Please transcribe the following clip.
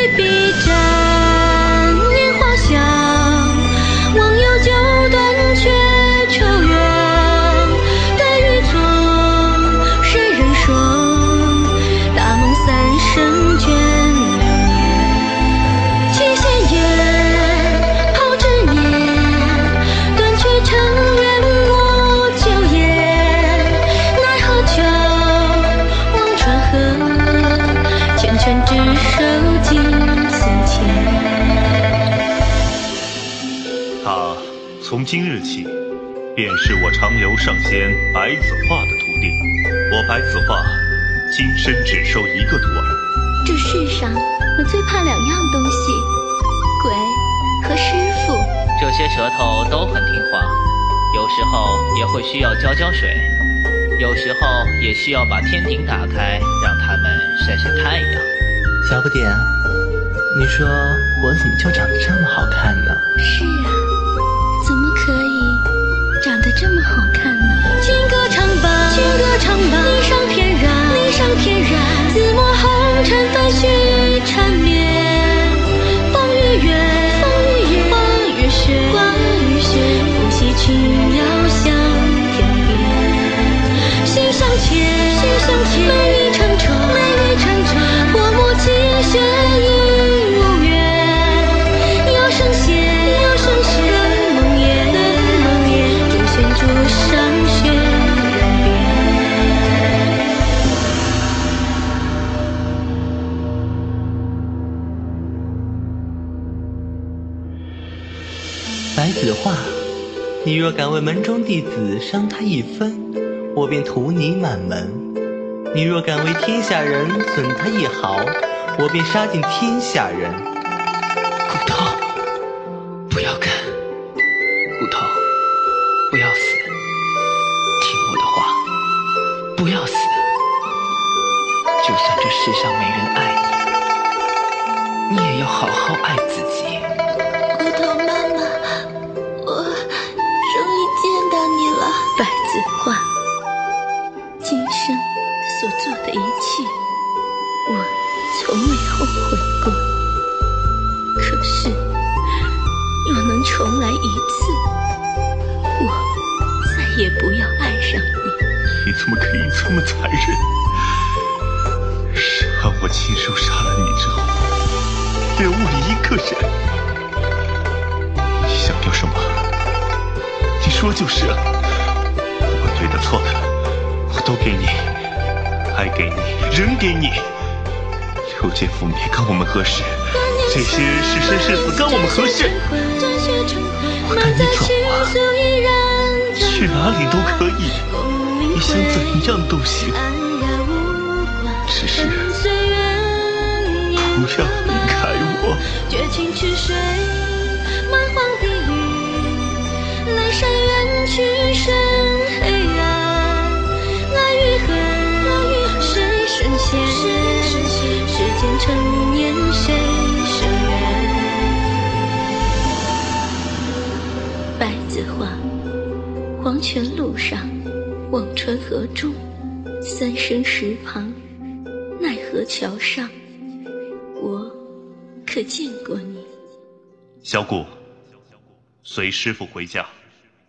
笔战，年华香，忘忧酒断却愁怨。待雨中，谁人说？大梦三生眷流年。七弦烟，抛执念，断却尘缘我旧颜。奈何酒，望川河，缱绻执手尽思牵。 他从今日起，便是我长留上仙白子画的徒弟。我白子画今生只收一个徒儿。 这世上我最怕两样东西，鬼和师傅。 这些舌头都很听话，有时候也会需要浇浇水，有时候也需要把天顶打开，让它们晒晒太阳。 小不点，你说我怎么就长得这么好看呢？ 是啊，怎么可以长得这么好看呢？情歌唱吧，情歌唱吧，霓裳翩然，霓裳翩然，紫陌红尘飞絮缠绵。风雨月，风雨月，花雨雪，花雨雪，不惜群瑶向天边。心相牵，心相牵，美玉成愁，美玉成愁，过目泣血亦无缘。有声弦，有声弦，人梦魇，人梦魇，诛仙诛上血人边。 白子画，你若敢为门中弟子伤他一分，我便屠你满门；你若敢为天下人损他一毫，我便杀尽天下人。 骨头，不要干！骨头，不要死！听我的话，不要死！就算这世上没人爱你，你也要好好爱自己。 骨头妈妈，我终于见到你了。白子画，今生所做的一切，我从未后悔过。可是，若能重来一次，我再也不要爱上你。 你怎么可以这么残忍？是按我亲手杀了你之后，留我一个人。你想要什么？你说就是了。不管对的错的，我都给你，爱给你，人给你。六界覆灭跟我们何事？这些人是生是死跟我们何事？我带你走啊，去哪里都可以，你想怎样都行，只是不要离开我。 绝情去水，蛮荒地狱，阑珊远去深黑暗。爱与恨，谁深陷？世间尘烟，谁生缘？白子画，黄泉路上，忘川河中，三生石旁，奈何桥上，我可见过你？ 小谷，随师傅回家。